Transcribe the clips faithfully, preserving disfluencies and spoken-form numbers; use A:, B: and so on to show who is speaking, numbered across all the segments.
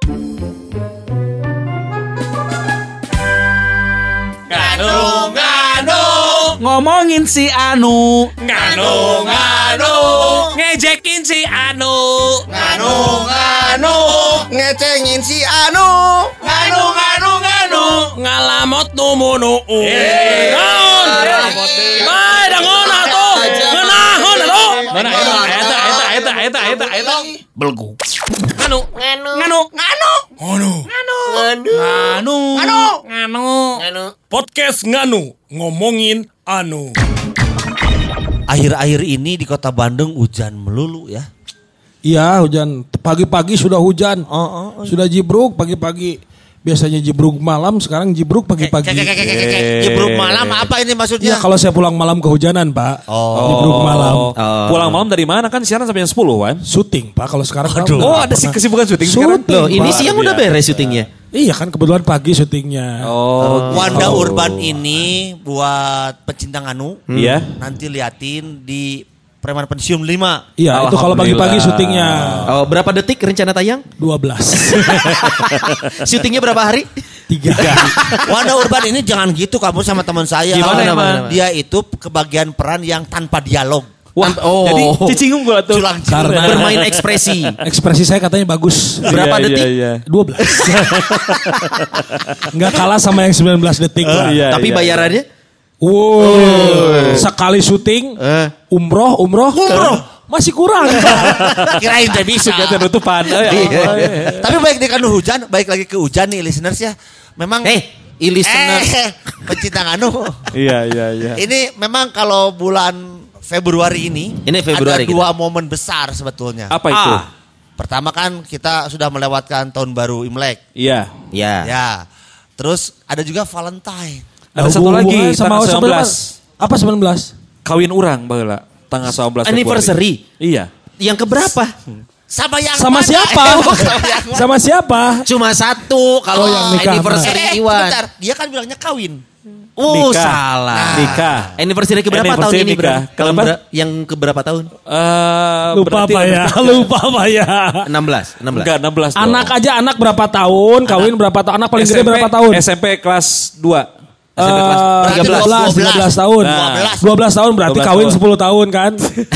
A: Nganu, nganu,
B: Ngomongin si Anu.
A: nganu, nganu,
C: Ngejekin si Anu.
A: nganu, nganu,
D: Ngecengin si Anu.
A: nganu, nganu, nganu.
C: Ngalamot numunu.
A: Eh.
C: Naon? Bae dangon atuh. Ngeunahon atuh.
B: Mana eta eta eta eta eta eta eta belgu.
C: Anu.
A: Nganu,
B: Nganu.
A: nganu,
C: Anu.
A: nganu,
B: Anu.
A: nganu,
B: Anu.
A: nganu.
C: Podcast Nganu ngomongin Anu.
D: Akhir-akhir ini di kota Bandung hujan melulu ya.
E: Iya hujan, pagi-pagi sudah hujan,
D: Oh, oh, oh.
E: sudah jibruk pagi-pagi. Biasanya jibruk malam, sekarang jibruk pagi-pagi.
D: Jibruk malam apa ini maksudnya?
E: Iya kalau saya pulang malam kehujanan Pak,
D: Oh.
E: jibruk malam.
D: Oh.
B: Pulang malam dari mana kan siaran sampai jam sepuluh kan?
E: Syuting Pak kalau sekarang.
D: Aduh.
E: udah
B: Oh
E: nggak
B: ada sih
E: pernah.
B: kesibukan syuting sekarang.
E: Syuting,
F: Loh, ini
E: Pak.
F: siang udah beres syutingnya.
E: Iya kan kebetulan pagi syutingnya.
B: Oh,
D: Wanda
B: gitu.
D: Urban ini buat pecinta Nganu.
B: Iya.
D: Nanti liatin di Preman Pensiun lima.
E: Iya itu kalau pagi-pagi
B: Alhamdulillah.
E: syutingnya
F: Oh, berapa detik rencana tayang?
E: dua belas.
F: Syutingnya berapa hari?
E: Tiga.
D: Wanda Urban ini jangan gitu kamu sama teman saya.
F: Gimana emang?
D: Dia itu kebagian peran yang tanpa dialog.
B: Wah,
F: Oh.
B: jadi cicinggung gua tuh.
D: Culang
E: Karena
F: Bermain ekspresi.
E: ekspresi saya katanya bagus.
F: Berapa
B: Iya,
F: detik?
B: Iya, iya.
E: dua belas. Nggak kalah sama yang sembilan belas detik lah.
B: iya,
F: Tapi
B: iya,
F: bayarannya?
E: Wow, sekali syuting,
F: Eh.
E: umroh, umroh, umroh, masih kurang.
D: Kirain teh bisa.
B: Suka penutupan. Eh,
F: Iya.
B: oh, iya.
D: Tapi baik di kanu hujan, baik lagi ke hujan nih listeners ya. Memang
F: Eh, listener.
D: eh, pecinta Nganu.
B: Iya, iya, iya.
D: Ini memang kalau bulan Februari ini,
F: Ini Februari
D: ada dua momen besar sebetulnya.
B: Apa itu?
F: Ah.
D: Pertama kan kita sudah melewatkan tahun baru Imlek.
B: Iya.
F: Ya.
D: Ya. Terus ada juga Valentine.
B: Ada satu lagi
E: Hubungannya
B: tanggal sembilan belas.
E: Apa sembilan belas?
B: Kawin orang baheula tanggal sembilan belas Februari.
F: Anniversary.
B: Iya.
F: Yang keberapa?
D: Sama yang
E: Sama
D: mana?
E: siapa?
D: Eh, bukan yang mana?
E: Sama siapa?
F: Cuma satu kalau
E: Oh, yang nikah.
F: anniversary
D: Eh,
F: Iwan.
D: bentar. Dia kan bilangnya kawin.
F: Oh,
B: Nikah.
F: salah.
B: Nikah.
F: Anniversary keberapa
B: Anniversary
F: tahun ini?
B: nikah.
F: Berapa? Tahun
B: Kenapa?
F: ber- yang keberapa tahun?
B: Eh,
E: Lupa
B: berarti-
E: apa ya? Lupa apa ya?
F: enam belas, enam belas.
B: Enggak, enam belas. dong.
E: Anak aja anak berapa tahun? Kawin berapa tahun? Anak paling gede
B: S M P
E: berapa tahun?
B: S M P kelas dua.
E: Eh,
B: S M P kelas
D: Berarti
E: tiga belas, tiga belas tahun.
B: Nah.
E: dua belas tahun berarti
B: dua belas
E: kawin
B: tahun.
E: sepuluh tahun kan?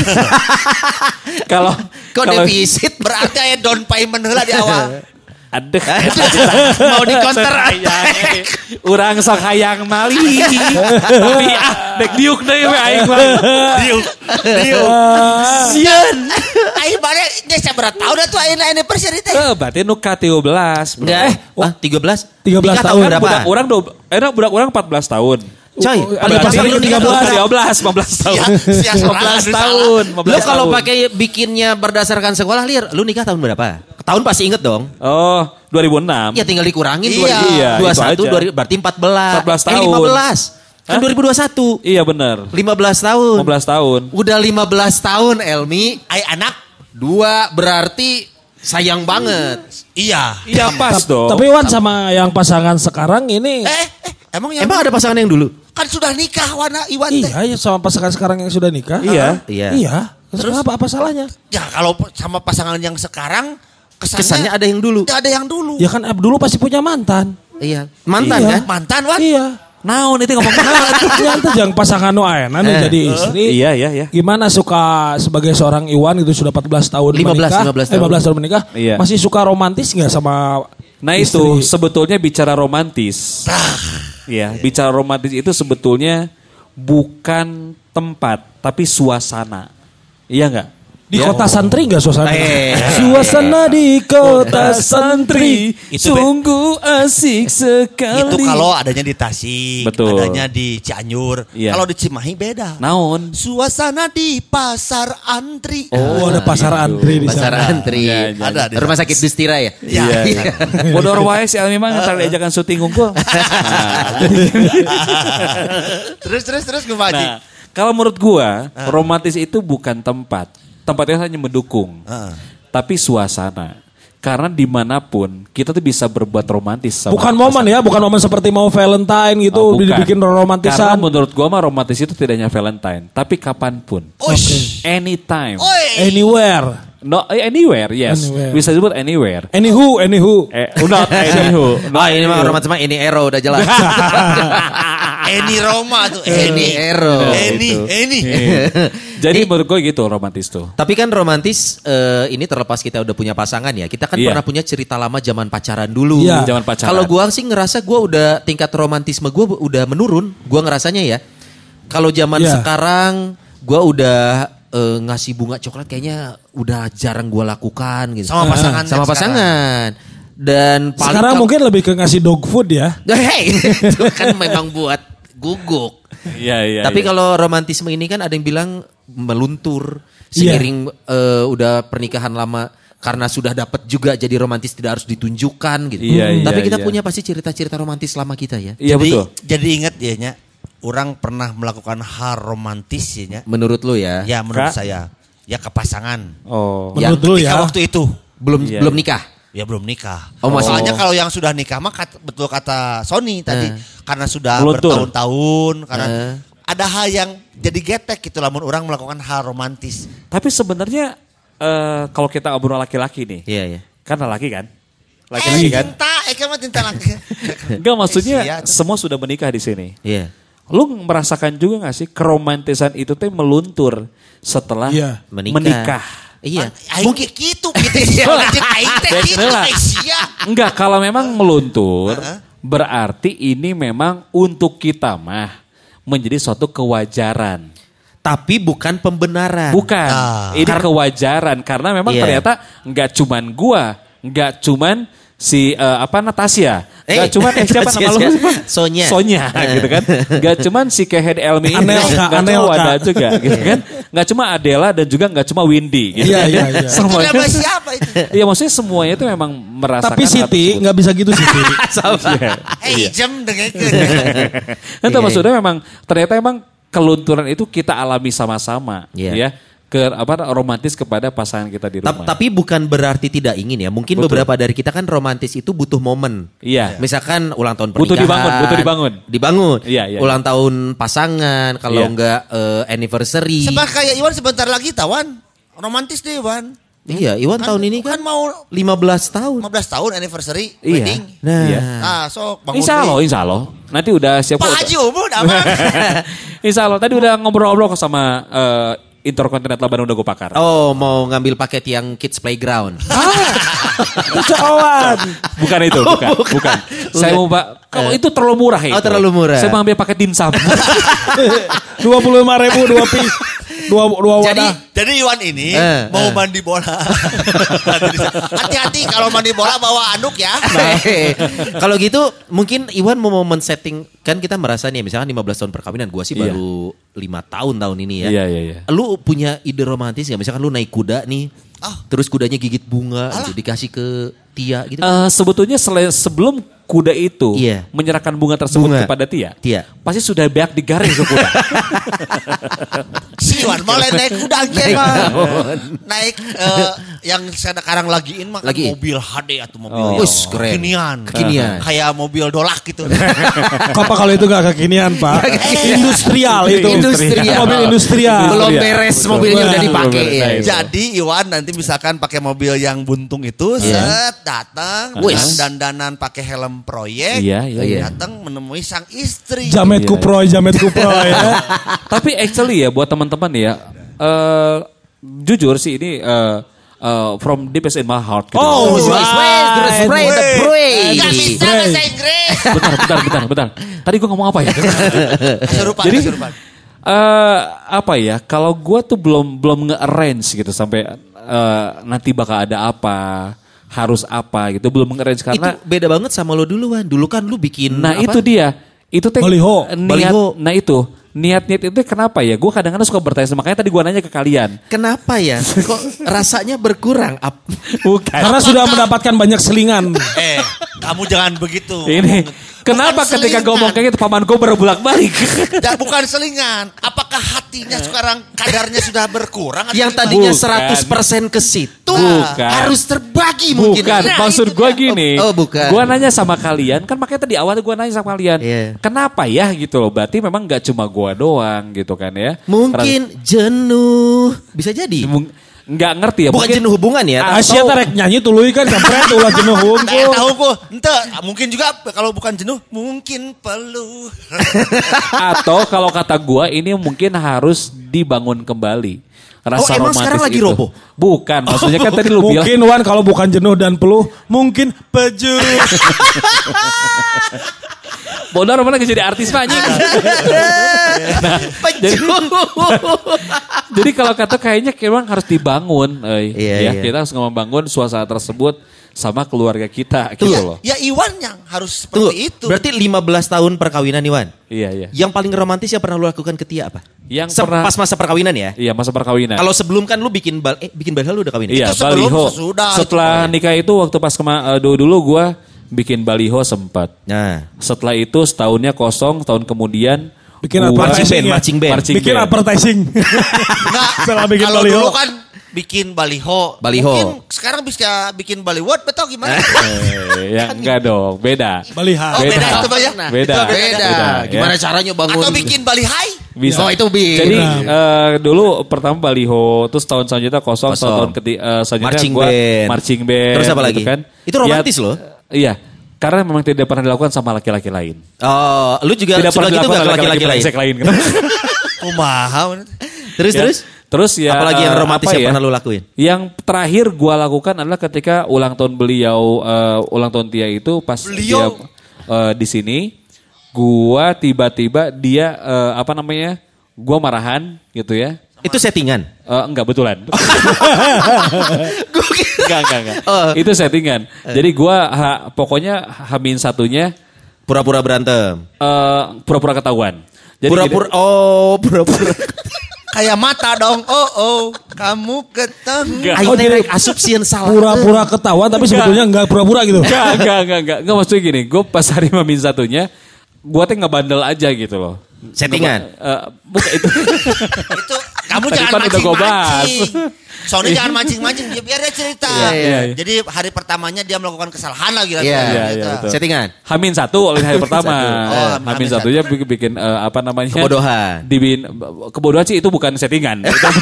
B: Kalau
F: Kok
B: kalau-
F: defisit?
D: Berarti aya down payment heula di awal.
B: Aduh.
F: Mau di counter.
B: Urang sok hayang mali. Tapi ah dek diuk deui we aing mah.
D: Diuk. Diuk. Sian. Aing bare geus sabaraha tahun atuh ayeuna anniversary teh.
B: Eh, berarti nu ka tiga belas.
F: Enggak. Eh, wah, tiga belas?
E: tiga belas
F: Nikah
E: tahun.
F: berapa?
B: Budak orang do eh budak orang empat belas tahun.
F: Coy,
E: Ada
F: paling
E: pasangan
F: lu
E: lu tiga
F: tiga
E: belas.
F: belas.
B: lima belas, lima belas tahun.
D: Sia- sia
B: lima belas
D: salah,
B: tahun. lima
F: Lu
B: belas
F: kalau
B: tahun.
F: pakai bikinnya berdasarkan sekolah, Lir, lu nikah tahun berapa? Tahun pasti inget dong.
B: Oh, dua ribu enam.
F: Ya tinggal dikurangin
D: Iya.
B: Iya,
F: dua ribu dua puluh satu,
B: itu aja.
F: dua ribu berarti empat belas.
B: empat belas
F: Eh,
B: tahun.
F: lima belas. Kan
B: Hah?
F: dua ribu dua puluh satu.
B: Iya benar.
F: lima belas tahun.
B: lima belas tahun.
F: Udah lima belas tahun, Elmi.
D: Ai anak.
F: Dua berarti sayang banget.
D: Iya.
B: Iya pas dong.
E: Tapi Wan sama yang pasangan sekarang ini
D: Eh, eh, emang yang
F: Emang ada pasangan yang dulu?
D: kan sudah nikah Wana Iwan teh.
E: iya ya sama pasangan sekarang yang sudah nikah.
B: Iya.
F: Iya.
E: Iya. Terus apa apa salahnya?
D: Ya kalau sama pasangan yang sekarang kesannya,
F: Kesannya ada yang dulu.
D: ada yang dulu.
E: Ya kan eh, dulu pasti punya mantan.
F: Iya. Mantan
E: Iya.
F: kan?
D: Mantan Wan.
E: Iya.
B: Naon itu ngomong
E: Ya itu jangan pasangan nu ayeuna nu
F: Eh.
E: jadi istri.
B: Iya, iya, iya.
E: Gimana suka sebagai seorang Iwan itu sudah empat belas tahun
F: lima belas,
E: menikah,
F: lima belas
E: eh, lima belas tahun menikah,
B: Iya.
E: masih suka romantis nggak sama
B: Nah
E: istri?
B: itu sebetulnya bicara romantis. Ya, bicara romantis itu sebetulnya bukan tempat tapi suasana. Iya enggak?
E: Di
B: Ya.
E: kota santri nggak suasana?
F: Eh.
E: Suasana di kota santri
D: Itu be-
B: sungguh asik sekali.
D: Itu kalau adanya di Tasik,
B: Betul.
D: adanya di Cianjur.
B: Iya.
D: Kalau di Cimahi beda.
B: naon?
D: Suasana di pasar antri.
E: Oh, ada pasar antri di
F: Pasar
E: sana.
F: antri.
B: Iya, iya.
D: Ada di
F: Rumah sakit Dustira ya?
D: Ya,
B: Iya, iya. Bodor wae si Almi mah ntar diajakan syuting unggul.
D: terus terus terus gue Pak Haji.
B: Nah, kalau menurut gua, romantis itu bukan tempat. Tempatnya hanya mendukung.
D: Heeh.
B: Tapi suasana. Karena dimanapun kita tuh bisa berbuat romantis sama
E: Bukan momen ya, bukan momen seperti mau Valentine gitu,
B: Oh, bukan.
E: dibikin
B: Karena
E: romantisan.
B: menurut gua mah romantis itu tidak hanya Valentine, tapi kapanpun,
D: Oish.
B: anytime,
D: Oi.
E: Anywhere.
B: no, anywhere, yes.
E: Anywhere.
B: Bisa disebut anywhere.
E: Anywho, anywho.
B: Eh, not anywho.
F: Oh ini mah romantis mah ini Ero udah jelas.
D: Eni Roma tuh.
F: Ini
D: Eni.
F: Ero.
D: Eni. Eni.
B: Jadi menurut gue gitu romantis tuh.
F: Tapi kan romantis eh, ini terlepas kita udah punya pasangan ya. Kita kan
B: Iya.
F: pernah punya cerita lama zaman pacaran dulu.
E: Iya.
B: Zaman pacaran.
F: Kalau gua sih ngerasa gua udah tingkat romantisme gua udah menurun. Gua ngerasanya ya. Kalau zaman
E: Iya.
F: sekarang gua udah eh, ngasih bunga coklat kayaknya udah jarang gua lakukan gitu.
D: Sama pasangan
F: Sama
D: kan
F: pasangan. Dan paling
E: Sekarang
F: kal-
E: mungkin lebih ke ngasih dog food ya.
F: Hey, itu kan memang buat guguk.
B: Iya, iya.
F: Tapi
B: iya.
F: kalau romantisme ini kan ada yang bilang meluntur
E: Iya.
F: seiring eh, udah pernikahan lama karena sudah dapat juga jadi romantis tidak harus ditunjukkan gitu.
B: Iya, iya,
F: Tapi kita
B: iya.
F: punya pasti cerita-cerita romantis selama kita ya.
B: Iya
D: jadi,
B: betul.
D: Jadi ingat ya nya, orang pernah melakukan hal romantis ya nya.
F: Menurut lu ya?
D: Ya menurut
B: Kak?
D: saya. Ya ke pasangan.
B: Oh.
F: Ya,
E: Menurut dulu
D: Ketika
E: ya.
D: waktu itu.
F: Belum
B: Iya,
F: belum
B: iya.
F: nikah.
D: Ya belum nikah.
F: Oh, masih-
D: Soalnya kalau yang sudah nikah mah kat- betul kata Sony tadi.
F: Eh.
D: Karena sudah
B: Meluntur.
D: bertahun-tahun. Karena
F: Eh.
D: ada hal yang jadi getek gitu. Lamun orang melakukan hal romantis.
B: Tapi sebenarnya eh, kalau kita obrol laki-laki nih,
F: Iya ya.
B: kan laki kan?
D: Eh
B: Laki-laki kan?
D: cinta. Eh kamu cinta laki.
B: Enggak maksudnya
D: Eh, sia.
B: semua sudah menikah di sini.
F: Iya.
B: Lu merasakan juga gak sih keromantisan itu teh meluntur setelah
E: Iya.
F: Menikah.
B: menikah?
F: Iya.
D: Mungkin gitu. Gitu. Lanjut aing teh
B: Baik,
D: gitu.
B: inilah.
D: Eh, sia.
B: Enggak, kalau memang meluntur
D: Heeh.
B: berarti ini memang untuk kita mah menjadi suatu kewajaran.
F: Tapi bukan pembenaran.
B: Bukan,
D: Ah.
B: ini kewajaran karena memang
F: Iya.
B: ternyata nggak cuman gua, nggak cuman si eh, apa Natasha, nggak
F: Eh,
B: cuman eh, siapa nama lu?
F: Natasha. Sonya.
B: Sonya gitu kan. Nggak cuman si Kehed Elmi ini,
E: Anelka,
B: nggak cuma
E: Anelka.
B: Wada juga gitu kan. Nggak cuma Adela dan juga nggak cuma Windy gitu.
E: Iya,
B: kan.
E: iya, iya.
D: Itu
B: Semuanya.
D: nama siapa itu?
B: Iya maksudnya semuanya itu memang merasakan.
E: Tapi
B: hal
E: Siti
B: tersebut.
E: nggak bisa gitu Siti.
B: Iya.
D: Eh jam dengan
B: Itu
F: Iya,
B: maksudnya memang ternyata emang kelunturan itu kita alami sama-sama
F: Iya.
B: ya. Ke apa romantis kepada pasangan kita di
F: Ta-
B: rumah.
F: Tapi bukan berarti tidak ingin ya. Mmungkin
B: Betul.
F: beberapa dari kita kan romantis itu butuh momen.
B: Iya.
F: Misalkan ulang tahun
B: Butuh
F: pernikahan.
B: dibangun, butuh dibangun.
F: Dibangun.
B: Iya, iya,
F: Ulang tahun pasangan, kalau
B: Iya.
F: enggak eh, anniversary.
D: Sebab kayak Iwan sebentar lagi tawan. Romantis deh Iwan.
F: Iya, Iwan tahun ini kan
D: kan mau
F: lima belas tahun.
D: lima belas tahun anniversary
B: Iya.
D: wedding.
F: Nah,
B: Iya.
D: Ah, sok bangun.
B: Insya Allah,
D: deui.
B: insya Allah. Nanti udah siap.
D: Pak Haji Umum aman.
B: Insya Allah. Tadi udah ngobrol-ngobrol kok sama eh, Intercontinental Bandung Dago Pakar.
F: oh mau ngambil paket yang kids playground.
E: Kecauan.
B: Bukan itu, bukan. bukan. Saya mau pak, kalau itu terlalu murah ya.
F: Oh, terlalu murah.
B: Saya mau ambil paket dimsum.
E: dua puluh lima ribu dua piece. Dua, dua
F: Jadi
E: wadah.
D: Jadi Iwan ini
F: Eh,
D: mau
F: eh.
D: mandi bola. Hati-hati kalau mandi bola bawa anduk ya.
F: Nah, kalau gitu mungkin Iwan mau momen setting kan kita merasa nih misalkan lima belas tahun perkawinan gua sih
B: Iya.
F: baru lima tahun tahun ini ya.
B: Iya, iya, iya.
F: Lu punya ide romantis nggak? Misalkan lu naik kuda nih,
D: Ah.
F: terus kudanya gigit bunga gitu, dikasih ke Tia gitu.
B: Eh, sebetulnya sele- sebelum kuda itu
F: Iya.
B: menyerahkan bunga tersebut
F: Bunga.
B: kepada Tia,
F: Tia.
B: pasti sudah banyak digaring ke kuda.
D: Si Iwan malah naik kuda aja mah. Naik eh, yang sekarang lagiin mah kan
F: Lagi.
D: mobil H D atau mobil
B: Oh.
D: yang
F: Wus, keren.
D: kekinian.
F: Kekinian.
D: Kayak mobil dolak gitu.
E: Apa kalau itu gak kekinian Pak? Industrial itu.
F: Industrial.
E: Mobil industrial.
F: Belum
B: Iya.
F: beres mobilnya udah dipakai.
B: Belum
F: ya.
B: beres.
D: Jadi Iwan nanti misalkan pakai mobil yang buntung itu,
F: Iya.
D: set datang,
F: Wis.
D: dandanan pakai helm proyek,
B: Iya, iya,
F: iya.
D: datang menemui sang istri.
E: Jamet
B: Iya,
E: kuproy, jamet kuproy ya.
B: Tapi actually ya buat teman-teman ya, eh jujur sih ini eh, eh, from deepest in my heart. Gitu.
E: Oh,
F: Wes, wes, the spray, the spray.
D: Gak bisa bahasa Inggris.
B: bentar, bentar, bentar, bentar. Tadi gue ngomong apa ya?
D: Kesurupan,
B: Jadi
D: kesurupan.
B: eh apa ya? Kalau gue tuh belum belum nge-arrange gitu sampai eh, nanti bakal ada apa, harus apa gitu, belum nge-arrange karena.
F: Itu beda banget sama lo duluan. Dulu kan lu bikin
B: Nah
F: apa?
B: itu dia, itu teh
E: Baliho.
B: niat.
F: Baliho.
B: Nah itu niat-niat itu kenapa ya? Gue kadang-kadang suka bertanya, makanya tadi gue nanya ke kalian.
F: Kenapa ya? Kok rasanya berkurang? Ap-
B: Bukan.
E: Karena sudah mendapatkan banyak selingan.
D: Eh, kamu jangan begitu.
B: Ini
D: Ngomong.
B: kenapa
D: Bukan
B: ketika
D: selingan.
B: ngomong kayak gitu paman gue baru bolak balik.
D: Ya, bukan selingan. Apakah hatinya sekarang kadarnya sudah berkurang? atau
F: yang
D: gimana?
F: tadinya
B: Bukan.
F: seratus persen ke situ
B: Bukan.
F: harus terbagi mungkin.
B: Bukan,
F: Nah,
B: maksud
F: itu
B: gue
F: dia.
B: gini.
F: Oh, oh, bukan.
B: Gue nanya sama kalian, kan makanya tadi awalnya gue nanya sama kalian.
F: Iya.
B: Kenapa ya gitu loh, berarti memang gak cuma gue doang gitu kan ya.
F: Mungkin jenuh. Bisa jadi.
B: Mung- nggak ngerti ya.
F: Bukan
B: mungkin-
F: jenuh hubungan ya.
B: Ah,
E: Asia tarek nyanyi tuluy kan kampret ulah jenuh
D: Nah,
E: hungkul.
D: tahu ku, ente mungkin juga kalau bukan jenuh, mungkin perlu.
B: Atau kalau kata gua ini mungkin harus dibangun kembali. Rasa
F: Oh, emang
B: romantis
F: sekarang lagi
B: itu.
F: roboh?
B: Bukan, maksudnya kan tadi lu bilang.
E: Mungkin Wan kalau bukan jenuh dan peluh, mungkin pejuh.
B: Bodoh mana jadi artis Pak anjing. Nah, jadi, jadi kalau kata kayaknya memang harus dibangun. euy.
F: Iya,
B: ya,
F: iya.
B: kita harus membangun suasana tersebut sama keluarga kita gitu
D: Ya,
B: loh.
D: ya Iwan yang harus
F: Tunggu,
D: seperti itu.
F: berarti lima belas tahun perkawinan Iwan.
B: Iya, iya.
F: Yang paling romantis yang pernah lu lakukan ke Tia apa?
B: Yang
F: Se-
B: pernah-
F: Pas masa perkawinan ya?
B: Iya, masa perkawinan.
F: Kalau sebelum kan lu bikin bal eh bikin baliho lu udah kawin.
B: Iya,
D: Itu sebelum,
B: baliho.
D: sesudah,
B: Setelah
D: itu.
B: nikah itu waktu pas kema uh, dulu dulu gue bikin baliho sempat.
F: Nah,
B: Setelah itu setahunnya kosong, tahun kemudian
E: Bikin
B: gua-
E: apa?
F: marching band,
E: ya?
F: marching band.
B: Marching
E: Bikin
B: band.
E: advertising.
D: Nggak,
E: Setelah bikin
D: kalau
E: baliho.
D: dulu kan bikin baliho.
F: Baliho.
D: Mungkin sekarang bisa bikin baliwot, betul gimana?
B: Eh, ya enggak dong, beda.
E: Baliha.
D: Oh, beda itu Pak ya?
B: Beda.
D: Itu
F: beda.
B: ya.
F: Gimana caranya bangun?
D: Atau bikin balihai?
B: Bisa.
F: Oh, itu bi-
B: Jadi
E: Nah.
B: eh, dulu pertama baliho, terus tahun selanjutnya kosong,
F: Kosong.
B: tahun ketiga selanjutnya
F: Marching
B: gua
F: band.
B: marching band.
F: Terus apa lagi?
B: gitu kan.
F: Itu romantis
B: Ya,
F: loh.
B: Iya. Karena memang tidak pernah dilakukan sama laki-laki lain.
F: Oh, lu juga
B: Tidak
F: sudah
B: pernah
F: gitu
B: dilakukan
F: gak
B: oleh
F: ke laki-laki lain?
B: brengsek lain. Kenapa?
D: Kumaha.
F: Terus
B: Ya.
F: terus?
B: Terus ya.
F: Apalagi yang
B: eh,
F: romantis
B: apa
F: yang
B: ya?
F: pernah lu lakuin?
B: Yang terakhir gua lakukan adalah ketika ulang tahun beliau, eh, ulang tahun Tia itu pas
D: Beliau.
B: dia eh, di sini, gua tiba-tiba dia eh, apa namanya? Gua marahan gitu ya.
F: Itu settingan.
B: Eh, enggak betulan.
F: Gue kira.
B: enggak, enggak, enggak.
F: Oh.
B: Itu settingan. Jadi gua ha- pokoknya hamin satunya
F: Pura-pura berantem.
B: eh, pura-pura ketahuan. Jadi
F: Pura-pura, oh pura-pura.
D: Kayak mata dong. Oh, oh. Kamu ketemu.
B: Enggak.
F: Ayo
E: Oh, jadi-
F: rek asupsieun salah.
E: Pura-pura ketawa tapi sebetulnya enggak pura-pura gitu.
B: Enggak, enggak, enggak, enggak. Enggak maksudnya gini, gue pas hari mamin satunya, gue teh ngebandel aja gitu loh.
F: Settingan?
B: Ngeba- eh, bukan itu.
D: Itu kamu
B: Tadi
D: jangan
B: kan udah gua bahas.
D: mancing-mancing. Soalnya jangan mancing-mancing, dia biar dia cerita.
F: Iya, iya,
B: iya.
D: Jadi hari pertamanya dia melakukan kesalahan lagi.
F: Iya,
B: iya,
D: gitu.
B: iya, betul.
F: Settingan.
B: Hamin satu oleh hari pertama.
D: Oh,
B: Eh,
D: Hamin
B: Hamin
D: satu.
B: satunya bikin, bikin eh, apa namanya?
F: Kebodohan.
B: Dibin, kebodohan sih itu bukan settingan.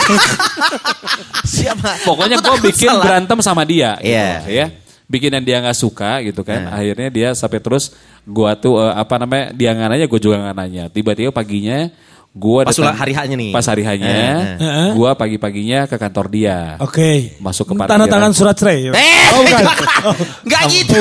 D: Siapa?
B: Pokoknya
F: Aku
B: gue
F: takut
B: bikin
F: salah.
B: berantem sama dia. Gitu,
F: Iya.
B: ya. Bikin yang dia nggak suka gitu kan.
F: Nah.
B: Akhirnya dia sampai terus gua tuh eh, apa namanya? Dia nggak nanya, gue juga nggak nanya. Tiba-tiba paginya gua
F: Pas
B: datang-
F: ulang hari H-nya nih.
B: Pas hari H-nya,
F: Eh,
E: eh.
B: gua pagi-paginya ke kantor dia.
E: Oke.
B: Masuk ke
E: Tanda
B: parkiran.
E: tangan surat cerai.
F: Eh,
E: Oh, bukan.
F: Enggak gitu.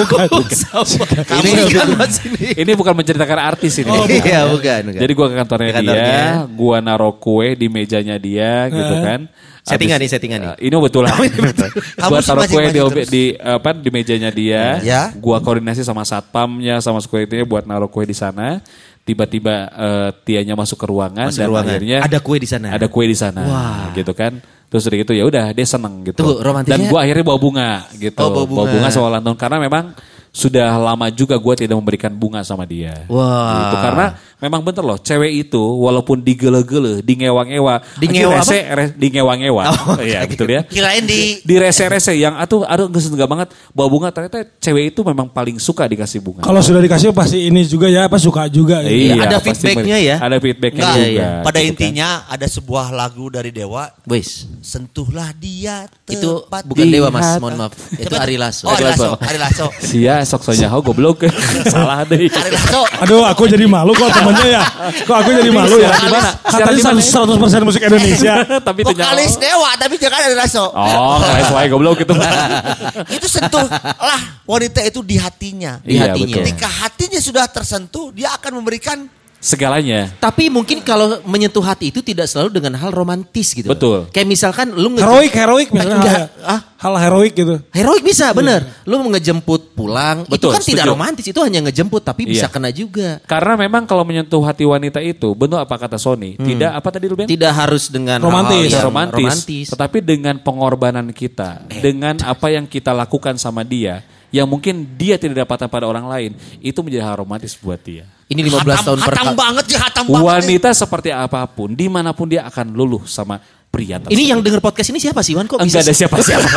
F: Kamu ingat sini.
B: Ini bukan menceritakan artis ini.
F: Iya, bukan, bukan.
B: Jadi gua ke kantornya,
F: Ke kantornya.
B: dia, gua naruh kue di mejanya dia gitu kan.
F: Settingan
B: Habis-
F: nih, settingan nih.
B: Eh, ini betul.
D: Kamu
B: Gua taruh kue di,
D: masing-masing
B: obe-
D: terus.
B: di apa di mejanya dia.
D: Ya.
B: Gua koordinasi sama satpamnya sama security-nya buat naruh kue di sana. Tiba-tiba eh, Tianya masuk ke ruangan
F: Masuk
B: dan
F: ke ruangan.
B: akhirnya
F: Ada kue di sana.
B: Ada kue di sana.
F: Wah.
B: Gitu kan. Terus udah gitu ya udah dia seneng gitu.
F: Tunggu, romantisnya-
B: Dan gua akhirnya bawa bunga gitu.
F: Oh, bawa bunga.
B: sama ulang tahun karena memang sudah lama juga gue tidak memberikan bunga sama dia.
F: Wah.
B: Gitu. Karena memang bener loh, cewek itu walaupun digele-gele, dingewa-ngewa,
F: Dingewa
B: rese, re, dingewa-ngewa.
F: Oh,
B: Iya betul ya.
D: Kirain di
B: Di rese-rese yang aduh aduh enggak banget bawa bunga, ternyata cewek itu memang paling suka dikasih bunga.
E: Kalau sudah dikasih pasti ini juga ya, apa suka juga. Gitu.
F: Ada
B: pasti
F: feedbacknya ya?
B: Ada feedbacknya
D: Enggak,
B: juga.
F: iya.
D: pada
B: gitu kan.
D: intinya ada sebuah lagu dari Dewa,
F: Wes.
D: sentuhlah dia
F: Itu
D: tepat
F: bukan
D: di
F: Dewa Mas,
B: Lihat.
F: mohon maaf. Itu
D: Coba-
F: Ari Lasso.
D: Oh, Ari Lasso, Ari Lasso.
B: Sia sok sonya ho goblok. Salah deh.
D: Ari Lasso.
E: Aduh, aku jadi malu kok temennya ya. Kok aku jadi malu ya.
B: Gimana?
E: Katanya seratus persen musik Indonesia.
B: Tapi itu
D: Vokalis
B: nyawa.
D: Dewa tapi jangan Ari Lasso.
B: Oh, kelas wae goblok gitu.
D: Itu sentuhlah wanita itu di hatinya.
F: Di
B: Iya,
F: hatinya.
B: betul.
D: Ketika hatinya sudah tersentuh, dia akan memberikan
B: Segalanya.
F: Tapi mungkin kalau menyentuh hati itu tidak selalu dengan hal romantis gitu.
B: Betul.
F: Kayak misalkan lu nge-
E: Heroik, heroik misalnya.
F: Enggak.
E: hal,
F: Ah?
E: hal heroik gitu.
F: Heroik bisa, bener. Lu ngejemput pulang, itu
B: Betul,
F: kan tidak
B: setuju.
F: romantis, itu hanya ngejemput, tapi bisa
B: Iya.
F: kena juga.
B: Karena memang kalau menyentuh hati wanita itu, benar apa kata Sony, tidak apa tadi lu Ben?
F: Tidak harus dengan
E: Romantis.
F: hal-hal yang
B: romantis,
F: romantis.
B: tetapi dengan pengorbanan kita, dengan apa yang kita lakukan sama dia, yang mungkin dia tidak dapatkan pada orang lain, itu menjadi hal romantis buat dia.
F: Ini lima belas
D: hatam,
F: tahun
D: hatam
F: perka-
D: banget ya, hatam banget.
B: Wanita seperti apapun, dimanapun dia akan luluh sama pria tersebut.
F: Ini yang denger podcast ini siapa sih Wan? Kok
B: enggak
F: bisa
B: ada siapa-siapa.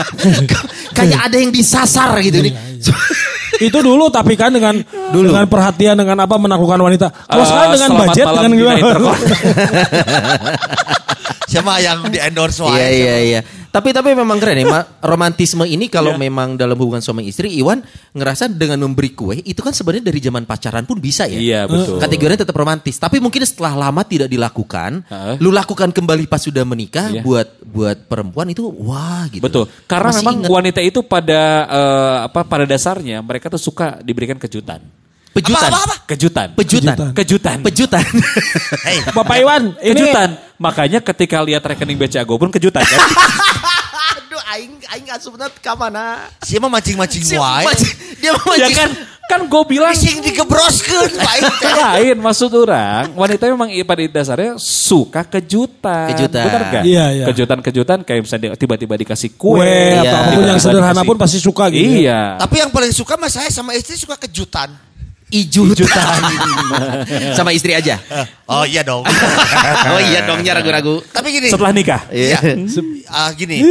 F: kayak ada yang disasar gitu nih.
E: Itu dulu tapi kan dengan dengan perhatian dengan apa menaklukkan wanita. Kalau
B: Eh,
E: sekarang dengan
B: selamat
E: budget
B: malam
E: dengan
B: Dina
E: gimana?
B: Intercom.
D: Siapa yang di endorse
F: Iya iya iya. Tapi tapi memang keren ya, Ma. Romantisme ini kalau memang dalam hubungan suami istri, Iwan ngerasa dengan memberi kue itu kan sebenarnya dari zaman pacaran pun bisa ya.
B: Iya, betul.
F: Kategorinya tetap romantis. Tapi mungkin setelah lama tidak dilakukan,
B: Heeh.
F: lu lakukan kembali pas sudah menikah,
B: Iya.
F: buat buat perempuan itu wah gitu.
B: Betul. Karena
F: Masih
B: memang
F: ingat.
B: wanita itu pada eh, apa pada dasarnya mereka tuh suka diberikan kejutan.
F: Pejutan.
D: Apa, apa, apa?
B: Kejutan.
F: Pejutan.
B: Kejutan.
F: Pejutan.
D: Hei,
E: Bapak Iwan, ini
B: Kejutan. Makanya ketika lihat rekening B C A Go pun kejutan kan.
F: Aduh, aing aing asupna ka mana?
D: siapa mancing-mancing wae.
F: Dia mau
B: ya kan kan gue bilang
D: Sing digebroskeun baik teh.
B: lain maksud orang wanita memang i- pada dasarnya suka kejutan.
F: Kejutan.
B: Benar gak?
E: Iya, iya.
B: Kejutan-kejutan kayak misalnya tiba-tiba dikasih kue.
E: kue
F: Iya.
E: atau apapun yang
B: tiba-tiba
E: sederhana
B: dikasih-
E: pun pasti suka gitu. ya.
B: Iya.
D: Tapi yang paling suka mas saya sama istri suka kejutan.
F: Ijutan. Sama istri aja.
D: Oh iya dong.
F: Oh iya dongnya ragu-ragu.
D: Tapi gini.
B: Setelah nikah.
D: Iya. Ah gini.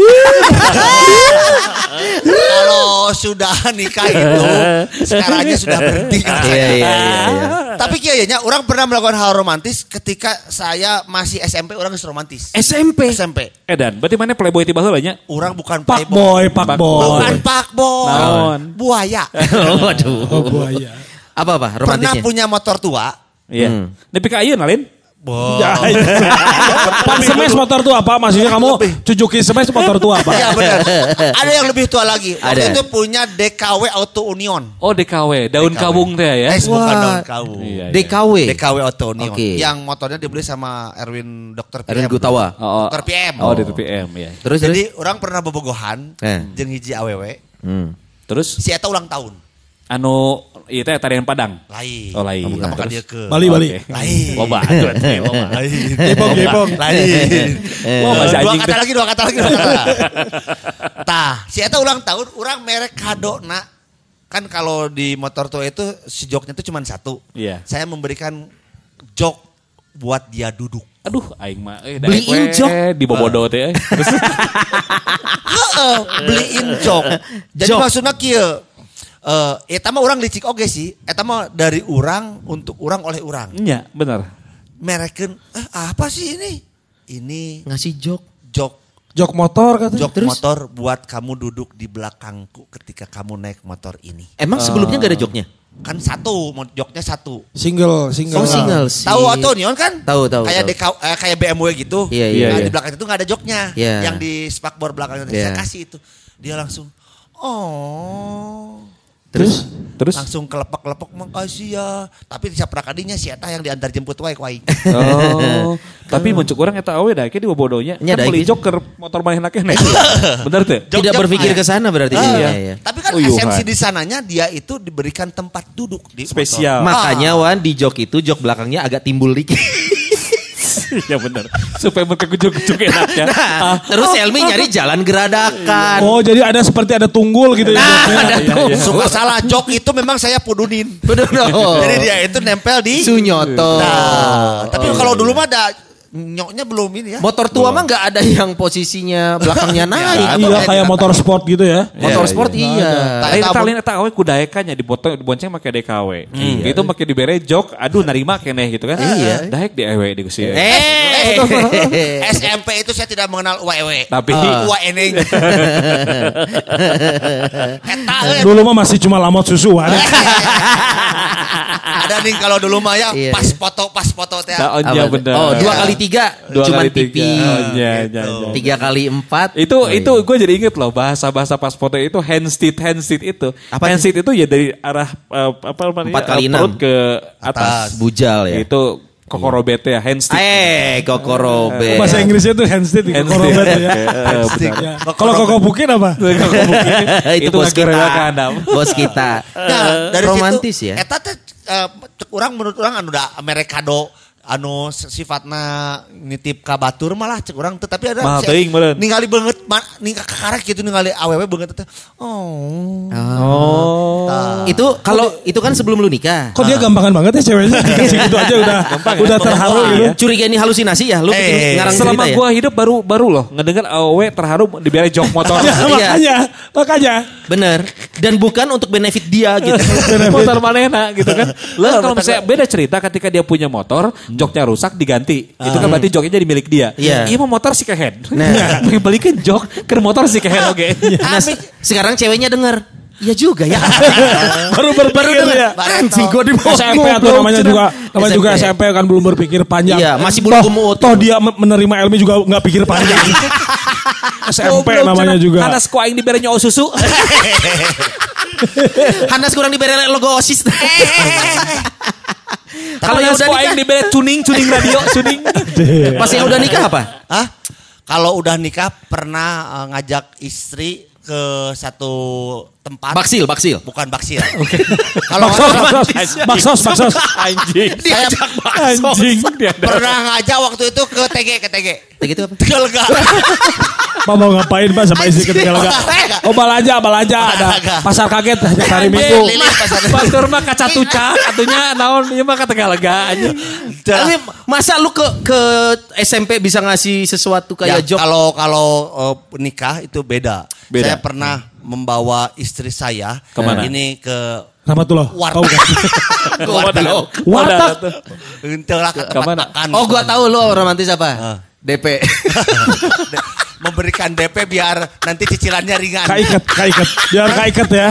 D: Kalau sudah nikah itu sekarang aja sudah berhenti. kan
F: Iya
D: saya.
F: iya iya. iya.
D: Tapi kayaknya orang pernah melakukan hal romantis ketika saya masih S M P orang geus romantis.
F: S M P.
D: S M P.
B: Eh dan, berarti mana playboy tiba heula nya?
D: Orang bukan
E: Pak
D: playboy.
E: boy, pak
B: Pak
E: boy.
D: Bukan pak boy.
B: Naon?
D: Buaya.
F: Waduh.
E: Oh buaya.
F: Apa apa
D: Pernah
F: romantisnya?
D: punya motor tua.
B: Iya.
F: Hmm.
B: Nepi ka ayeuna Lin.
D: Boh.
E: Ya, Pan semes motor tua apa? Maksudnya kamu cucukin semes motor tua apa?
D: Iya benar. Ada yang lebih tua lagi. Waktu
F: Ada.
D: itu punya D K W Auto Union.
B: Oh D K W, daun
D: D K W.
B: kawung teh ya.
D: Eh bukan
F: Wah.
D: daun kawung.
B: Iya,
F: D K W.
D: D K W Auto Union.
F: Oke.
D: Yang motornya dibeli sama Erwin Dokter P M.
F: Erwin Gutawa.
B: Oh, oh.
D: Dokter P M.
B: Oh, di T P M ya.
F: Terus
D: Jadi
F: terus.
D: orang pernah bobogohan
F: Eh.
D: jeung hiji awewe.
F: Hmm.
B: Terus
D: Si eta ulang tahun.
B: anu ieu teh tarian Padang.
D: Lain.
B: Oh, lain.
D: Kita makan
B: Terus?
D: dia ke.
E: Bali Bali.
B: Oke.
D: Lain.
B: Loba atuh teh, loba.
D: Lain.
E: Gepong gepong.
D: Lain.
B: Wah, masih
D: dua
B: anjing
D: kata
B: teh.
D: lagi, dua kata lagi, dua kata. Tah, si eta ulang tahun, orang merek kado na. Kan kalau di motor tua itu si joknya itu cuma satu.
B: Iya.
D: Saya memberikan jok buat dia duduk.
B: Aduh, aing mah eh
F: Beliin
B: daek we,
F: jok.
B: di bobodo teh. Terus
D: Heeh, beliin jok. Jadi
F: Jok.
D: maksudnya kieu. Eh, eta mah orang licik oge sih. Eta mah dari orang untuk orang oleh orang.
B: nya, bener.
D: Merekeun, eh apa sih ini? Ini
F: Ngasih jok.
D: jok
E: Jok motor katanya.
D: jok motor buat kamu duduk di belakangku ketika kamu naik motor ini.
F: Emang sebelumnya gak ada joknya?
D: Kan satu, mo- joknya satu.
E: Single, single.
F: Oh single sih.
D: Tahu Auto Union kan?
F: Tahu tahu.
D: Kayak
F: tahu.
D: D K, eh, kayak B M W gitu.
F: Iya,
B: iya,
D: Nah,
B: iya.
D: di belakang itu nggak ada joknya.
F: Iya.
D: Yang di spakbor belakangnya
F: Iya.
D: saya kasih itu. Dia langsung, oh.
F: Terus?
B: Terus
D: Langsung kelepek-kelepek makasih ya. Tapi di saprakadinya si eta yang diantar jemput wae ku aing.
B: oh, tapi muncul orang eta awe da di bobodonya.
F: Nya
B: Kan
F: da,
B: beli
F: gitu.
B: joker motor manehna keneh. Bener teh?
D: Jok-
F: Tidak
D: jok-
F: berpikir ke sana berarti.
D: Ah,
F: Iya, iya.
D: Tapi kan
B: Uyuhan.
D: esensi di sananya dia itu diberikan tempat duduk di motor.
B: Spesial.
F: Makanya Wan di jok itu jok belakangnya agak timbul dikit.
B: Iya bener. Supaya mereka kucuk-kucuk enaknya.
F: Nah, terus Elmi nyari jalan geradakan.
E: Oh jadi ada seperti ada tunggul gitu ya. joknya.
F: ada
B: Iya,
F: tuh.
B: iya.
D: Suka salah jok itu memang saya pudunin.
F: Bener dong.
D: Jadi dia itu nempel di
F: Sunyoto.
D: Nah, tapi kalau dulu mah ada nyoknya belum ini ya.
F: Motor tua mah nggak ada yang posisinya belakangnya naik.
E: Iya kayak motor sport gitu ya.
F: Motor
B: Iya,
F: sport iya.
B: Lain eta lain eta awe ku daekannya dipotong dibonceng make D K W. Gitu make dibere jok, aduh narima keneh gitu kan.
F: Iya.
B: Daek di ewe di kusi.
F: Eh,
D: S M P itu saya tidak mengenal U A E W.
B: Tapi
D: U A eneng. Eta euy.
E: Dulu mah masih cuma lamot susuan.
D: Ada nih kalau dulu mah ya
F: Iya.
D: pas foto pas foto teh.
B: Nah, oh, iya
F: Apa?
B: bener.
F: Oh, dua kali tiga,
B: Dua
F: cuman
B: kali tiga.
F: tipis.
B: Oh, iya, iya,
D: Gitu.
B: iya.
F: Tiga kali empat.
B: Itu
F: Oh,
B: itu
F: iya.
B: gue jadi inget loh bahasa-bahasa pas foto itu handstand handstand itu.
F: Apa
B: Handstand itu ya dari arah eh, apa namanya?
F: Empat kali
B: eh, perut
F: enam.
B: ke atas.
F: Bujal ya.
B: Itu kokorobete ya handstand.
F: Eh, kokorobe.
E: Bahasa Inggrisnya tuh handstand di
B: Handstand.
E: korobet ya.
B: Eh, benar.
E: Ya. Kalau koko bukin apa?
F: itu,
B: Itu
F: bos kita.
B: ngagerewakan, Dam.
F: Bos kita.
D: Nah, dari
F: romantis
D: situ,
F: ya.
D: Eta teh eh, cek urang menurut orang anu da merekado anu sifatna nitip ka batur malah cek urang teh tapi ada
B: Mahal
D: si-
B: teuing meureun.
D: ningali banget ning kakarek gitu ningali awewe banget teh. Oh.
B: Oh.
D: Tah.
F: itu kalau itu kan sebelum lu nikah.
E: Kok dia gampangan banget ya ceweknya? Dikasih gitu aja udah udah terharu gitu.
F: Curiga ini halusinasi ya? Lu bikin
D: Eh,
F: ngarang
B: Selama
F: cerita ya?
B: gua hidup baru baru loh ngedenger awewe terharu diberi jok motor.
E: Ya, makanya, makanya.
F: Bener. Dan bukan untuk benefit dia gitu.
B: Motor manehna gitu kan. Lah kalau misalnya beda cerita ketika dia punya motor, joknya rusak diganti. Itu kan berarti joknya jadi milik dia.
F: Iya.
B: Iya mau motor si kehen.
F: Nah.
B: Balikin jok ke motor si kehen oke.
F: Nah, sekarang ceweknya denger. Iya juga ya.
E: Baru berpikir ya.
F: Anjing gue di bawah.
E: S M P atau namanya juga namanya juga S M P kan belum berpikir panjang.
F: Iya, masih belum
E: Toh-
F: gemuk.
E: Toh dia me- menerima Elmi juga nggak pikir panjang. S M P namanya juga.
B: Anas ku aing dibere nyawa susu.
F: Hanas kurang diberi logo OSIS. Kalau yang
B: Anas
F: udah
B: ku aing
F: nikah,
B: dibere tuning tuning radio tuning.
F: pas yang udah nikah apa?
D: Hah? Kalau udah nikah pernah eh, ngajak istri ke satu tempat.
F: Baksil, baksil.
D: Bukan baksil. Kalau
E: Baksos, baksos, baksos.
B: Anjing.
D: saya
B: Anjing.
D: pernah ngajak waktu itu ke T G ke T G.
F: Kayak gitu apa?
D: Tegalega.
E: Pak mau ngapain Pak sama istri ketika lega? Oh balaja, balaja ada pasar kaget hanya hari Minggu.
D: Lilis pasar.
B: Batur mah kaca tuca atunya naon ieu mah kata lega anjing.
F: Tapi masa lu ke ke S M P bisa ngasih sesuatu
D: Ya,
F: kayak job?
D: kalau kalau uh, nikah itu beda.
B: Beda.
D: Saya pernah membawa istri saya
B: Kemana?
D: ini ke
E: Rahmatullah.
D: Warteg.
E: Oh, bukan.
D: Warteg.
E: Warteg.
D: Entahlah ke tempat
B: Kemana?
D: makan.
F: Oh gua tahu lu romantis apa?
D: Ah.
F: D P.
D: Memberikan D P biar nanti cicilannya ringan.
E: Kaiket, kaiket. Biar kaiket ya.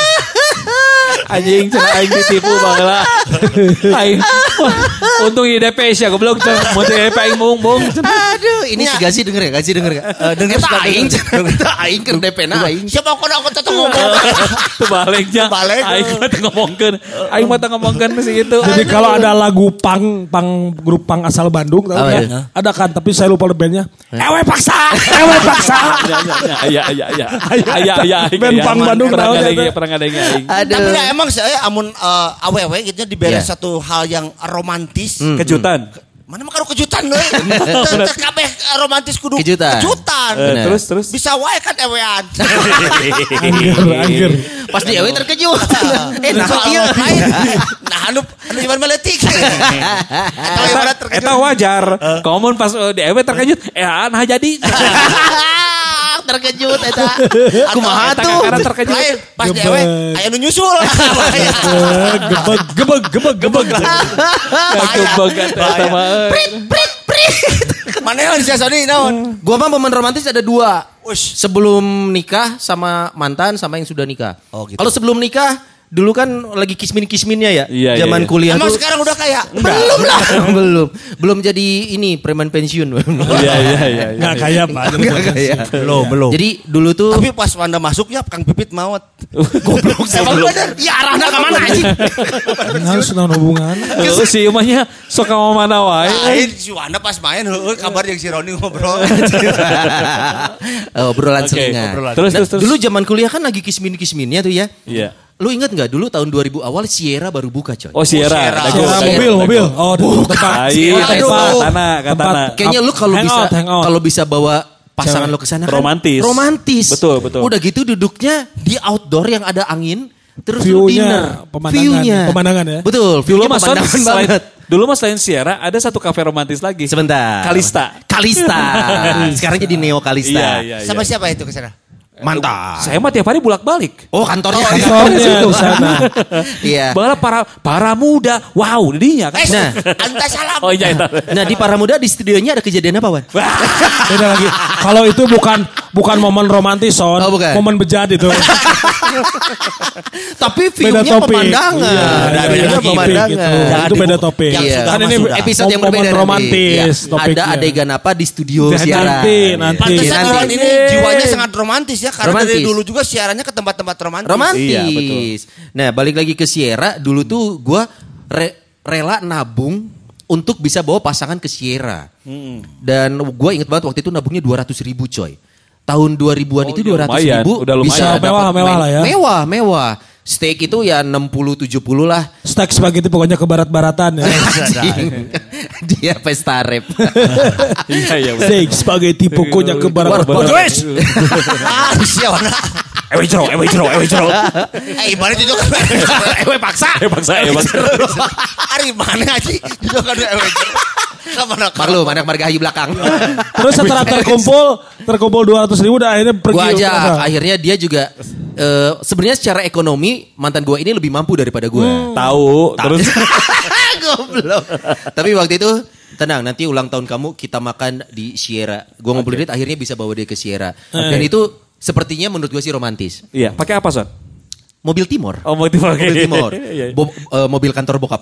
B: Anjing cenah aing ditipu baheula. Aing. Wah, untung di D P sia goblok cenah. Mun di D P aing mung-mung.
F: Aduh, ini si Gazi denger ya? Gazi denger gak? Uh, denger
D: Eta
F: aing,
D: denger.
F: Eta aing ke D P na aing.
D: Siapa aku aku tetap ngomong.
B: Teu baliknya.
D: Balik.
B: Aing mah teu ngomongkeun. Aing mah teu ngomongkeun si itu.
E: Jadi kalau ada lagu pang, pang grup pang asal Bandung, tahu
F: Oh,
E: nggak?
F: iya.
E: Ada kan, tapi saya lupa bandnya. Ewe paksa, ewe paksa.
B: Aya aya aya. Aya aya aing.
E: Band
B: aya.
E: pang Bandung
B: pernah
E: tahu
B: ngadenge
E: ya,
B: pernah ngadenge aing.
F: Aduh.
D: Tapi ya, emang saya amun uh, awewe gitu diberi
F: Iya.
D: satu hal yang romantis.
B: Kejutan.
D: Mana mah kalau kejutan loh. Kabeh romantis kudu
F: Kejutan.
D: kejutan.
B: Eh,
F: Bener.
B: terus terus.
D: Bisa wae kan ewean.
E: Angger, angger.
F: Pas di ewe terkejut. Eh, nah kok ieu?
D: Nah, anu anu gimana meletik. Atau ibarat terkejut.
B: Eta wajar. Komun pas eh, di E W terkejut, eh nah jadi.
F: Terkejut eta. Kumaha
B: Eta
F: tuh?
B: kakara terkejut.
D: Lain pas di
E: Gebek.
D: ewe aya nu nyusul.
E: Eh, Gebeg, gebeg, gebeg, gebeg.
B: Gebeg eta mah.
D: Mana yang siasoni naon?
F: Gua mah momen romantis ada dua.
D: Ush.
F: Sebelum nikah sama mantan sama yang sudah nikah.
D: Oh, gitu.
F: Kalau sebelum nikah dulu kan lagi kismin-kisminnya ya.
B: Iya, iya,
F: Zaman
B: iya.
F: kuliah
D: Emang
F: tuh.
D: sekarang udah kaya?
F: Belum lah. belum. Belum jadi ini preman pensiun.
B: Iya iya iya.
E: Nggak kaya Pak.
F: Nggak kayak.
D: Belum, belum.
F: Jadi dulu tuh
D: Tapi pas Wanda masuknya Kang Pipit maut.
F: goblok
D: Emang bener?
F: Ya arahnya ke mana anjing?
E: Harus naon hubungan.
B: Oh, si umahnya sok ka mana wae.
D: Lain si Wanda pas main heueuh kabar yang si Roni ngobrol.
F: Oh, obrolan
B: Oke,
F: selingan.
B: obrolan. Terus,
F: Dan
B: terus, terus.
F: Dulu zaman kuliah kan lagi kismin-kisminnya tuh ya.
B: Iya.
F: Lu ingat nggak dulu tahun dua ribu awal Sierra baru buka coy.
B: Oh Sierra.
D: Sierra.
B: Dago,
E: Sierra
B: dago,
E: mobil,
B: dago.
E: mobil. Oh, di tempat.
B: Ayo,
E: Aduh.
B: tempat tanah, katana.
F: Kayaknya lu kalau
E: Hang
F: bisa
E: out, hang out.
F: kalau bisa bawa pasangan lu ke sana kan
B: Romantis.
F: romantis.
B: Betul, betul.
F: Udah gitu duduknya di outdoor yang ada angin, terus lu
E: View-nya,
F: dinner.
E: pemandangan,
F: View-nya.
E: pemandangan ya.
F: Betul,
B: Dulu
F: view-nya
B: mas
F: pemandangan
B: selain,
F: banget.
B: dulu mas selain Sierra ada satu kafe romantis lagi.
F: Sebentar.
B: Kalista.
F: Kalista. Sekarang jadi Neo Kalista.
B: Iya, iya,
D: Sama
B: iya.
D: siapa itu ke sana?
F: Mantap.
B: Saya mah tiap hari bolak-balik.
F: Oh, kantornya.
E: Kantornya di sana.
F: Iya.
B: Bala para para muda, wow, didinya kan.
D: Eh,
F: Nah.
D: anta salam.
B: Oh iya, iya.
F: Nah, di Para Muda di studionya ada kejadian apa, Wan?
E: Beda lagi. Kalau itu bukan bukan momen romantis, Son.
F: Oh, bukan.
E: Momen bejat itu.
F: Tapi
E: Beda
F: view-nya
E: topik.
F: pemandangan.
E: Iya,
F: Nah,
E: beda
F: view-nya
E: topik
F: pemandangan.
E: gitu.
D: Jadi,
E: Itu beda topik.
D: yang
F: Iya.
D: sudah
E: Kan ini
D: sudah.
F: Episode yang
E: momen
F: berbeda nanti.
E: romantis
F: Iya.
E: topiknya.
F: Ada adegan apa di studio
E: Dan
F: siaran.
E: nanti, nanti.
D: Pantesan
F: Nanti.
D: orang ini jiwanya sangat romantis ya. Karena
F: Romantis.
D: dari dulu juga siarannya ke tempat-tempat romantis.
F: Romantis.
B: Iya, betul.
F: Nah, balik lagi ke Sierra, dulu tuh gue rela nabung untuk bisa bawa pasangan ke Sierra. Dan gue inget banget waktu itu nabungnya dua ratus ribu coy. Tahun dua ribuan
B: Oh,
F: itu
B: iya,
F: dua ratus
B: lumayan.
F: ribu
B: Udah lumayan.
F: bisa dapat
E: Mewah-mewah
F: main-
E: lah ya.
F: Mewah, mewah. Steak itu ya enam puluh tujuh puluh lah.
E: Steak spaghetti pokoknya ke barat-baratan ya.
F: Anjing. Dia pesta rap.
B: Iya, iya. betul.
E: Steak spaghetti pokoknya ke barat-baratan.
F: Wes.
D: Ah, siapa?
B: ewe jero, ewe jero, ewe jero.
D: Eh ibarat itu kan ewe paksa.
B: Eh paksa, eh paksa.
D: Ari mana aja itu kan ewe. Kamana
F: Maklum anak margahayu belakang.
E: Terus setelah terkumpul, terkumpul dua ratus ribu dan akhirnya pergi.
F: Gua aja
E: kemana?
F: akhirnya dia juga eh, sebenarnya secara ekonomi mantan gua ini lebih mampu daripada gua.
B: Tahu, terus
F: Goblok. Tapi waktu itu tenang, nanti ulang tahun kamu kita makan di Sierra. Gua ngumpulin duit akhirnya bisa bawa dia ke Sierra. Dan itu sepertinya menurut gua sih romantis.
B: iya, pakai apa, Son?
F: Mobil Timor.
B: Oh, mobil Timor.
F: Mobil Timor.
B: Iya, iya.
F: Bo- eh, mobil kantor bokap.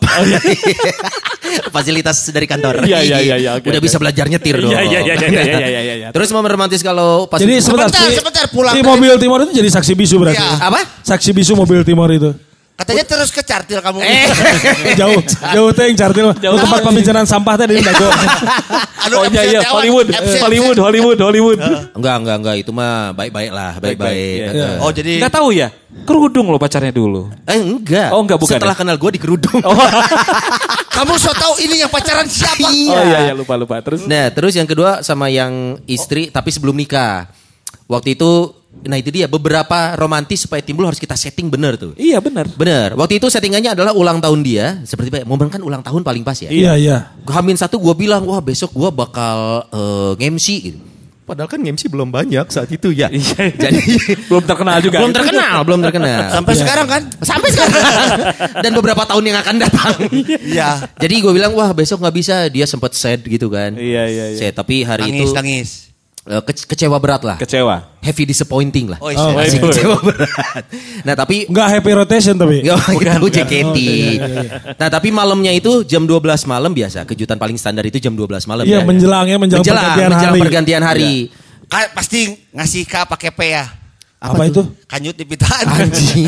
F: Fasilitas dari kantor.
B: Iya, iya, iya, iya, oke,
F: Udah
B: oke.
F: bisa belajar nyetir dong.
B: Iya, iya, iya, iya, iya, iya, iya, iya.
F: Terus momen romantis kalau pas
E: Jadi sebentar,
D: Sebentar,
E: si,
D: sebentar, pulang
E: si
D: dari-
E: mobil Timor itu jadi saksi bisu berarti.
D: Iya.
F: apa?
E: Saksi bisu mobil Timor itu.
D: Katanya terus ke cartil kamu.
F: Eh.
E: jauh, jauh teh yang cartil. Jauh tempat pembicaraan sampah tadi dago.
D: Anu
B: Oh iya,
D: F C
B: iya,
D: T,
B: Hollywood,
D: F C T.
B: Hollywood, Hollywood, Hollywood.
F: Enggak, enggak, enggak. Itu mah baik-baik lah,
B: Baik-baik,
F: baik-baik.
B: iya.
F: Heeh.
D: Oh jadi
B: Enggak tahu ya? Kerudung loh pacarnya dulu.
F: Eh enggak.
B: Oh, enggak, bukan
F: Setelah
B: ya?
F: kenal gue di kerudung.
D: kamu so tahu ini yang pacaran siapa?
B: Oh iya, iya, lupa, lupa. Terus?
F: Nah, terus yang kedua sama yang istri tapi sebelum nikah. Waktu itu, nah itu dia beberapa romantis supaya timbul harus kita setting bener tuh.
B: Iya, benar.
F: Bener. Waktu itu settingannya adalah ulang tahun dia. Seperti momen kan ulang tahun paling pas ya.
E: Iya, iya.
F: Hamin satu gue bilang, wah besok gue bakal uh, nge-M C gitu. Padahal kan nge-M C belum banyak saat itu ya. Jadi
B: Belum terkenal juga.
F: belum terkenal, belum terkenal.
D: Sampai sekarang kan?
F: Sampai sekarang. Dan beberapa tahun yang akan datang.
D: Iya.
F: Jadi gue bilang, wah besok nggak bisa. Dia sempat sad gitu kan.
B: Iya, iya, iya.
F: Sad, tapi hari
D: Nangis,
F: itu
D: nangis.
F: uh, ke- kecewa berat lah.
B: Kecewa.
F: Heavy disappointing lah.
D: Oh,
E: Oh,
D: iya.
F: Masih
B: itu.
F: kecewa berat. Nah tapi
E: Enggak happy rotation tapi.
F: Ya, itu J K T.
E: Oh, iya, iya, iya.
F: Nah tapi malamnya itu jam dua belas malam biasa. Kejutan paling standar itu jam dua belas malam
E: Iya,
F: ya.
E: menjelang ya, menjelang
F: menjelang,
E: pergantian
F: menjelang
E: hari.
F: pergantian hari.
D: Ka- pasti ngasih K pakai P ya.
E: Apa, itu?
D: Kanyut di pitaan.
F: Anjing.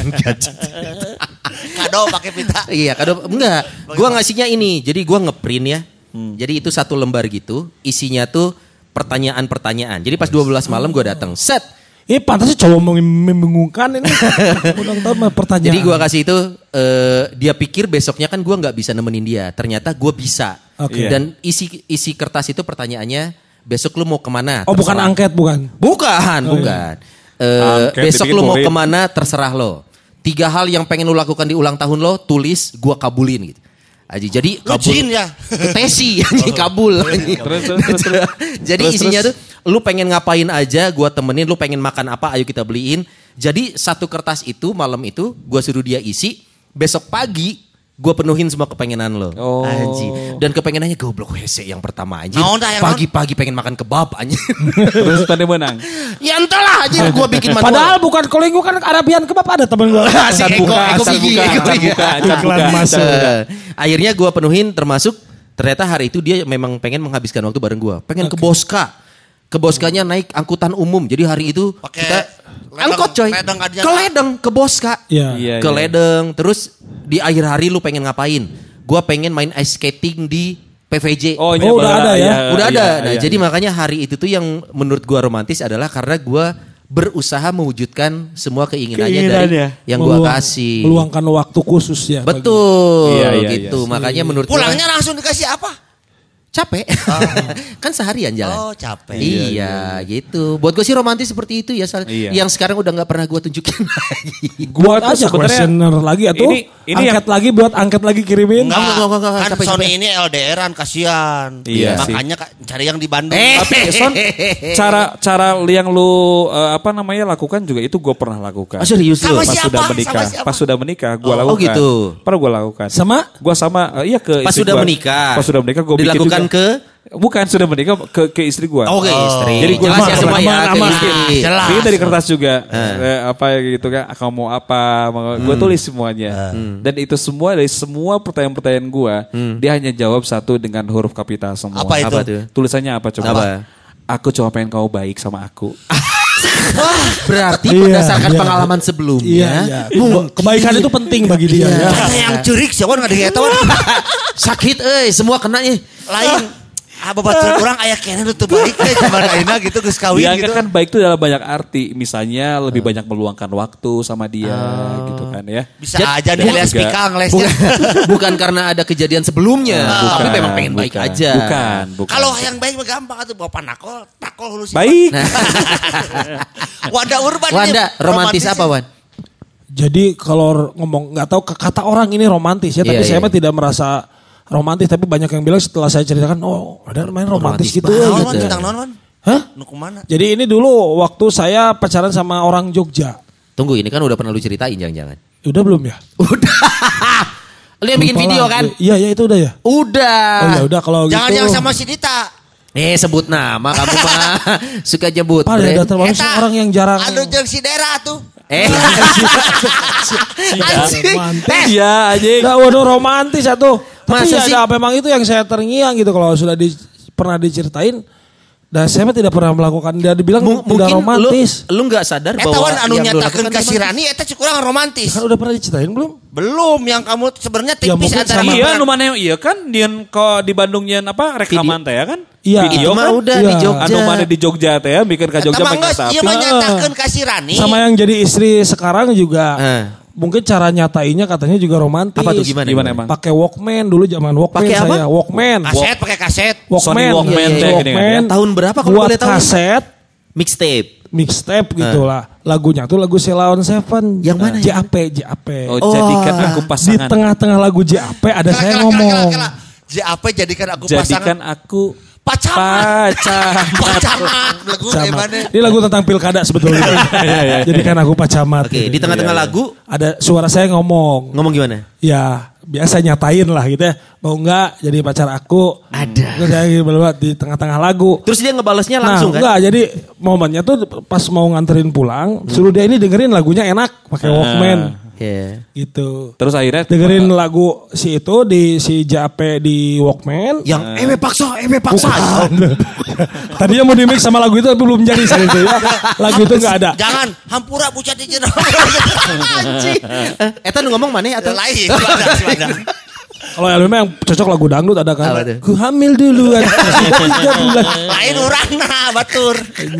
D: Kado pakai pita.
F: Iya, kado enggak. Gua ngasihnya ini. Jadi gua ngeprint ya. Jadi itu satu lembar gitu. Isinya tuh pertanyaan-pertanyaan. Jadi pas dua belas malam gua datang. Set.
E: Ini pantasnya cowok mem- membingungkan ini. Ulang tahun mah pertanyaan.
F: Jadi gua kasih itu eh, dia pikir besoknya kan gua nggak bisa nemenin dia. Ternyata gua bisa.
E: Oke.
F: Dan isi isi kertas itu pertanyaannya besok lu mau kemana?
E: Oh, bukan
F: Terserah.
E: angket bukan.
F: Bukan, bukan. Eh,
B: Angket,
F: besok
B: dibikin
F: lu mau
B: murid.
F: kemana terserah lo. Tiga hal yang pengen lu lakukan di ulang tahun lo, tulis, gua kabulin gitu. Aji, jadi
D: Lu jin ya?
F: Tesi, anjing, kabul. anjing.
B: Terus, terus, terus, terus.
F: Jadi
B: Terus,
F: isinya
B: terus.
F: tuh, lu pengen ngapain aja, gua temenin. Lu pengen makan apa, ayo kita beliin. Jadi satu kertas itu malam itu, gua suruh dia isi. Besok pagi, gua penuhin semua kepengenan lo.
B: Oh.
F: Anjing. Dan kepengenannya goblok hese yang pertama anjing.
D: Naon dah, yang
F: Pagi-pagi pengen makan kebab anjing.
B: Terus tadi menang.
F: Ya entahlah anjing gua bikin manual.
E: Padahal bukan kalau gua kan Arabian kebab ada temen gua.
F: Asik, Eko, Eko
B: Acan
F: Gigi,
B: buka,
F: Eko
B: acan
F: Gigi.
B: buka, acan
E: Iklan
B: buka.
E: masuk.
F: Eh, akhirnya gue penuhin termasuk ternyata hari itu dia memang pengen menghabiskan waktu bareng gue. Pengen ke Boska. Ke Boskanya naik angkutan umum. Jadi hari itu
D: Pakai
F: kita
D: ledeng-
F: angkot coy.
D: ledeng kadian.
F: Ke Ledeng, ke Boska.
E: Iya.
B: Iya,
F: Ke
B: iya.
F: Ledeng. Terus di akhir hari lu pengen ngapain? Gue pengen main ice skating di P V J.
B: Oh, iya,
E: Oh, udah
B: bener,
E: ada ya?
B: iya,
F: Udah
B: iya,
F: ada.
B: iya,
F: Nah,
B: iya.
F: jadi makanya hari itu tuh yang menurut gua romantis adalah karena gua berusaha mewujudkan semua keinginannya,
B: Keinginannya.
F: dari yang gua
E: Meluang-
F: kasih.
E: Meluangkan waktu khusus ya.
F: Betul,
B: Iya, iya,
F: gitu.
B: iya.
F: Makanya menurut gua
D: Pulangnya langsung dikasih apa?
F: capek. Kan seharian jalan.
D: Oh, capek.
F: Iya, gitu. Buat gue sih romantis seperti itu ya. Sal.
B: Iya.
F: Yang sekarang udah nggak pernah gue tunjukin lagi.
E: Buat
B: Gua tuh
E: aja
B: sebenarnya-
E: questioner lagi atau
B: Ini- ini
E: angket lagi buat angket lagi kirimin.
D: Enggak,
F: Enggak, enggak, enggak,
D: kan
F: capek,
D: Sony
F: capek.
D: ini L D R-an kasihan.
B: Iya sih.
D: Makanya Kak, cari yang di Bandung.
F: Eh.
B: Tapi Son, cara cara yang lu eh, apa namanya lakukan juga itu gue pernah lakukan.
F: Ah, serius
D: Sama
F: lu?
B: Pas
D: siapa?
B: sudah menikah,
D: Sama siapa?
B: pas sudah menikah gue
F: Oh,
B: lakukan.
F: gitu.
B: Pernah gue lakukan.
E: Sama?
B: Gue sama, eh, iya ke
F: Pas
B: istri
F: sudah
B: gua.
F: menikah.
B: Pas sudah menikah gue bikin
F: Dilakukan
B: juga.
F: ke?
B: Bukan sudah menikah ke ke istri gue.
F: Oke, istri.
B: Jadi gua
F: jelas
B: aman,
F: ya semua ya.
E: aman,
F: ke
E: aman.
F: istri.
D: Jelas.
B: Ini dari kertas juga, eh, apa gitu kan, kamu mau apa, gue tulis semuanya, dan itu semua dari semua pertanyaan-pertanyaan gue, dia hanya jawab satu dengan huruf kapital semua.
D: Apa itu?
F: Apa tuh?
B: Tulisannya apa coba?
F: Apa?
B: Aku cuma pengen kau baik sama aku.
F: Berarti
E: Iya,
F: berdasarkan
E: iya.
F: pengalaman sebelumnya.
E: Iya, iya.
F: mungkin-
E: Kebaikan itu penting bagi dia
F: Iya.
E: ya.
D: Karena yang curik siapa nggak ada yang tahu.
F: Sakit, eh semua kena nih.
D: Lain. ah babaturan orang aya keneh teu baik teh zaman ayeuna gitu geus kawin
B: Dianggap
D: gitu.
B: kan baik itu dalam banyak arti. Misalnya lebih banyak meluangkan waktu sama dia gitu kan ya.
D: Bisa aja nih les
B: juga.
D: pikang les.
F: Bukan, bukan karena ada kejadian sebelumnya,
B: Bukan,
F: tapi memang pengen baik
B: bukan,
F: aja.
B: Bukan, bukan.
D: Kalau yang baik mah gampang atuh bawa panakol, takol hulu sih.
B: baik.
D: Wanda Urban
F: Wanda,
D: ini
F: romantis apa Wan?
E: Jadi kalau ngomong nggak tahu kata orang ini romantis ya, tapi
F: Iya,
E: saya
F: iya.
E: mah tidak merasa romantis, tapi banyak yang bilang setelah saya ceritakan, oh ada main romantis,
F: romantis
E: gitu.
F: banget.
D: Naon
E: gitu.
D: Wan, tentang naon Wan?
E: Hah?
D: Nu kumana?
E: Jadi ini dulu waktu saya pacaran sama orang Jogja.
F: Tunggu, ini kan udah pernah lu ceritain jangan-jangan.
E: Udah belum ya?
F: Udah. Lu yang bikin
E: Lupa
F: video
E: lah.
F: kan?
E: Iya, iya itu udah ya.
F: Udah.
E: Oh ya udah kalau
D: Jangan
E: gitu.
D: yang sama si Dita.
F: Eh sebut nama kamu mah suka nyebut.
E: Pak,
F: Bre.
E: ya datang banget sih orang yang jarang.
D: Anu jeung si Dera tuh.
F: Eh.
D: Anjing.
E: Romantis.
B: Iya anjing.
E: Nah, waduh romantis satu. Tapi
F: Masa
E: ya
F: sih?
E: ada memang itu yang saya terngiang gitu kalau sudah di, pernah diceritain. Dan saya mah tidak pernah melakukan, dia dibilang
F: M-
E: tidak
F: mungkin
E: romantis.
F: lu lu nggak sadar
D: Eta
F: bahwa
D: wan anu
F: yang lu
D: nyatakeun
F: lakukan
D: ka si
F: romantis.
D: Rani eta cek urang romantis.
E: Kan udah pernah diceritain belum?
D: Belum yang kamu sebenarnya
E: Ya,
D: tipis
E: mungkin
D: antara
E: sama-
B: Iya, nu mana iya kan Dian kok di Bandung nyen apa rekaman teh ya kan?
E: Iya.
B: Video
F: Itu mah
B: kan?
F: udah
E: Iya.
F: di Jogja.
B: Anu mana di Jogja teh ya, bikin ka Jogja
D: Eta mah
B: pakai
D: geus
B: kereta
D: ieu
B: api.
D: mah nyatakeun ka si Rani.
E: Sama yang jadi istri sekarang juga.
F: Eh.
E: Mungkin cara nyatainya katanya juga romantis.
F: Apa tuh gimana?
B: Gimana emang?
E: Pakai Walkman dulu zaman Walkman
F: Pakai apa?
E: saya. Walkman.
D: kaset pakai kaset.
B: Sony Walkman
F: Iya, iya,
B: teh
F: iya.
B: gini kan ya.
E: Walkman.
F: Tahun berapa kalau
E: Buat
F: boleh tahu?
E: kaset,
F: Mixtape.
E: mixtape gitu lah. Lagunya tuh lagu Selawan Seven.
F: Yang mana
E: J A P, J A P.
B: Oh, jadikan aku
E: Di
B: pasangan.
E: tengah-tengah lagu J A P ada saya ngomong.
D: J A P jadikan aku
B: Jadikan
D: pasangan.
B: aku
D: Pacamat.
B: pacamat.
D: Pacamat. Lagu
E: Pacamat.
D: gimana?
E: Ini lagu tentang pilkada sebetulnya. Jadikan aku pacamat.
F: Oke,
E: gitu.
F: di tengah-tengah lagu
E: Ada suara saya ngomong.
F: ngomong gimana?
E: Ya biasa nyatain lah gitu ya. Mau enggak jadi pacar aku.
F: Ada.
E: Terus saya gitu, di tengah-tengah lagu.
F: Terus dia ngebalasnya
E: Nah
F: langsung kan?
E: enggak jadi momennya tuh pas mau nganterin pulang. Suruh dia ini dengerin lagunya enak. Pakai Walkman.
F: Iya.
E: Gitu.
B: Terus akhirnya
E: Dengerin lagu si itu di si J A P di Walkman.
F: Yang ewe paksa, ewe paksa.
E: Bukan. Tadinya mau di mix sama lagu itu tapi belum jadi saat itu ya. Lagu itu enggak ada.
D: Jangan hampura bucat di jero.
F: Anjing. Eh, Eta nu ngomong mana atau
D: Lain itu ada, itu ada.
E: Kalau yang memang cocok lagu dangdut ada kan.
F: Apa tuh?
E: Ku hamil dulu kan. Tiga bulan.
D: Lain orang nah batur.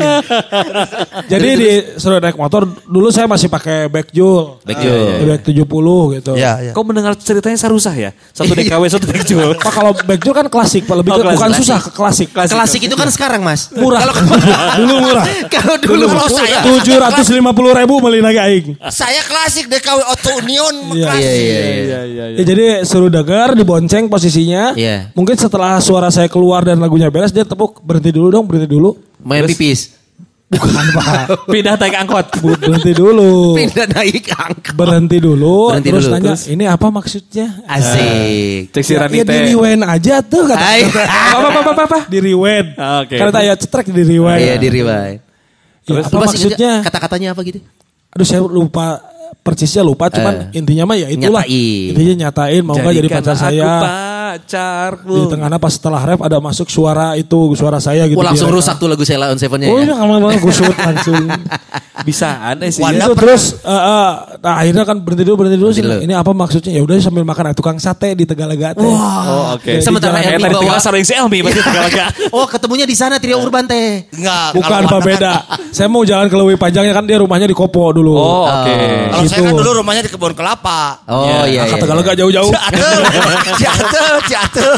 E: Jadi di suruh naik motor dulu saya masih pakai backjul.
F: Backjul.
E: Back tujuh puluh gitu.
D: Ya, ya.
B: kau mendengar ceritanya sarusah ya? Satu D K W, satu Backjul.
E: Pak kalau backjul kan klasik, Pak lebih
B: Oh,
E: ke-
B: klasik.
E: bukan susah, ke klasik.
F: Klasik itu kan sekarang mas.
E: Murah. dulu murah.
F: Kalau dulu
D: Kalau saya
E: tujuh ratus lima puluh ribu beli lagi aing.
D: Saya klasik D K W Auto Union
E: Iya.
D: klasik.
F: Iya iya iya.
B: Iya, iya, iya.
E: Ya, jadi suruh dengar dibonceng posisinya.
F: Iya.
E: Mungkin setelah suara saya keluar dan lagunya beres dia tepuk berhenti dulu dong, berhenti dulu.
F: Main pipis.
E: Bukan Pak.
B: Pindah naik angkot.
E: Bu- Berhenti dulu.
F: Pindah naik angkot.
E: Berhenti dulu.
F: Berhenti
E: terus
F: dulu,
E: nanya,
F: terus?
E: ini apa maksudnya?
F: Asik.
B: Cek si
E: Ya,
B: Rani
E: ya di
B: teh.
E: rewind aja tuh kata.
F: Ay.
B: Apa apa apa apa?
E: Di rewind.
B: Ah, oke.
E: Karena tanya cetrek di rewind.
F: Iya di rewind.
E: Ya, apa
F: Lu masih ingat
E: maksudnya?
F: kata-katanya apa gitu?
E: Aduh saya lupa persisnya lupa cuman
F: Eh,
E: intinya mah ya itulah.
F: nyatain.
E: Intinya nyatain mau nggak jadi
B: Jadikan
E: pacar
B: aku
E: saya.
B: pacarku.
E: Di tengahnya pas setelah rap ada masuk suara itu suara saya gitu.
F: Oh langsung
E: direkam.
F: rusak tuh lagu Sheila on Seven-nya
E: Oh
F: ya.
E: iya kalau kusut langsung.
B: Bisa aneh sih.
D: Wanda
E: Itu
D: pernah-
E: terus eh, eh, nah, akhirnya kan berhenti dulu berhenti dulu.
F: Berhenti dulu.
E: Ini apa maksudnya? Ya udah sambil makan tukang sate di Tegalaga teh.
B: Oh oke.
E: Jadi
F: Sementara
E: jalan-
B: Eh
F: Elmi
B: tadi
F: bawa-
B: tinggal sarang si Elmi berarti Tegalaga.
F: Oh ketemunya di sana Trio Urban teh.
D: Enggak.
E: Bukan
D: kalau
E: Pak
D: Wanda
E: beda.
D: kan-
E: Saya mau jalan ke Leuwi Panjangnya kan dia rumahnya di Kopo dulu.
B: Oh oke.
D: Kalau saya kan
E: Gitu.
D: dulu rumahnya di kebun kelapa.
F: Oh iya
E: Nah,
F: iya.
E: ke Tegalaga jauh-jauh.
D: Jatuh, jatuh, jatuh.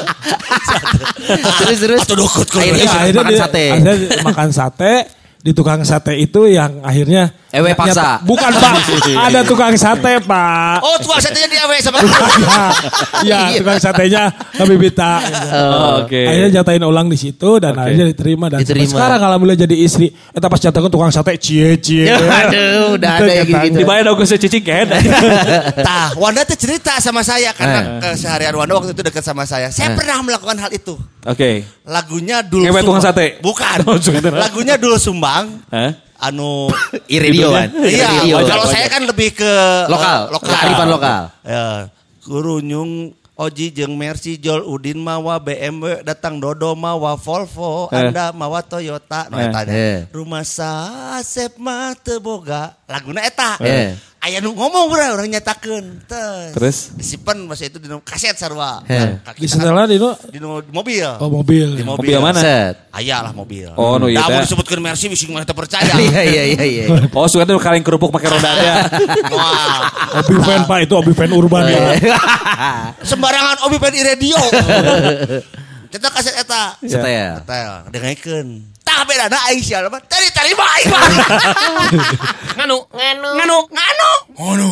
F: Terus terus.
D: Atau dukut kalau
F: Akhirnya
E: Ya, akhirnya
F: makan
E: di-
F: sate.
E: akhirnya di- makan sate di tukang sate itu yang akhirnya
F: Ewe paksa.
E: nyata- bukan Pak, ada tukang sate Pak.
D: Oh, tukang satenya di awe sama.
E: Ya, ya tukang satenya kami minta.
B: Oh, oke.
E: Akhirnya nyatain ulang di situ dan akhirnya diterima dan sampai
F: Diterima.
E: sekarang alhamdulillah jadi istri. Eta pas nyatakan tukang sate cie cie.
F: Aduh, udah ada yang gitu.
B: Dibayar dong gue cicing kan.
D: Tah, Wanda tuh cerita sama saya karena
F: Eh.
D: keseharian Wanda waktu itu dekat sama saya. Saya
F: Eh.
D: pernah melakukan hal itu.
B: Oke.
D: Lagunya dulu
B: Ngewek tukang sate?
D: Bukan.
B: Oh, bukan.
D: Lagunya dulu Sumbang.
B: Hah?
D: Anu
F: Iradioan.
D: Iya,
F: Radio.
D: kalau saya kan lebih ke
F: Lokal,
D: eh, lokal.
F: kearifan lokal.
D: Ya, Kurunyung Oji jeung Mercy Jol Udin mawa B M W datang Dodo mawa Volvo
B: Eh.
D: Anda mawa Toyota no
B: Eh.
D: eta nya.
F: Eh.
D: Rumah Sasep mah teu boga laguna eta.
F: Eh.
D: aya nu ngomong urang urang nyatakeun.
B: Terus
D: disimpen masa itu di kaset sarua.
F: He.
E: Di setelah di nu
D: di nu- di mobil.
E: oh mobil.
D: Di
B: mobil mana?
F: Set.
D: Aya lah mobil.
B: Oh, nu ieu
D: Da
B: teh.
D: mun disebutkeun Mercy bising mana teu percaya.
F: Iya iya iya iya.
B: Oh suka tuh kaleng kerupuk pakai roda teh.
D: Wah.
E: Obi fan Pak itu Obi fan urban ya.
D: Sembarangan obi pen di radio. Cetak kaset eta.
F: Setel.
D: Setel dengekeun. Tah bedana aing sia mah tadi tarima aing mah.
C: Nganu. Nganu. Nganu.
A: Nganu.
C: Nganu.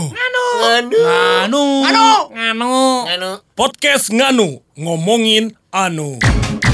A: Nganu.
C: Nganu. Nganu. Podcast Nganu ngomongin anu.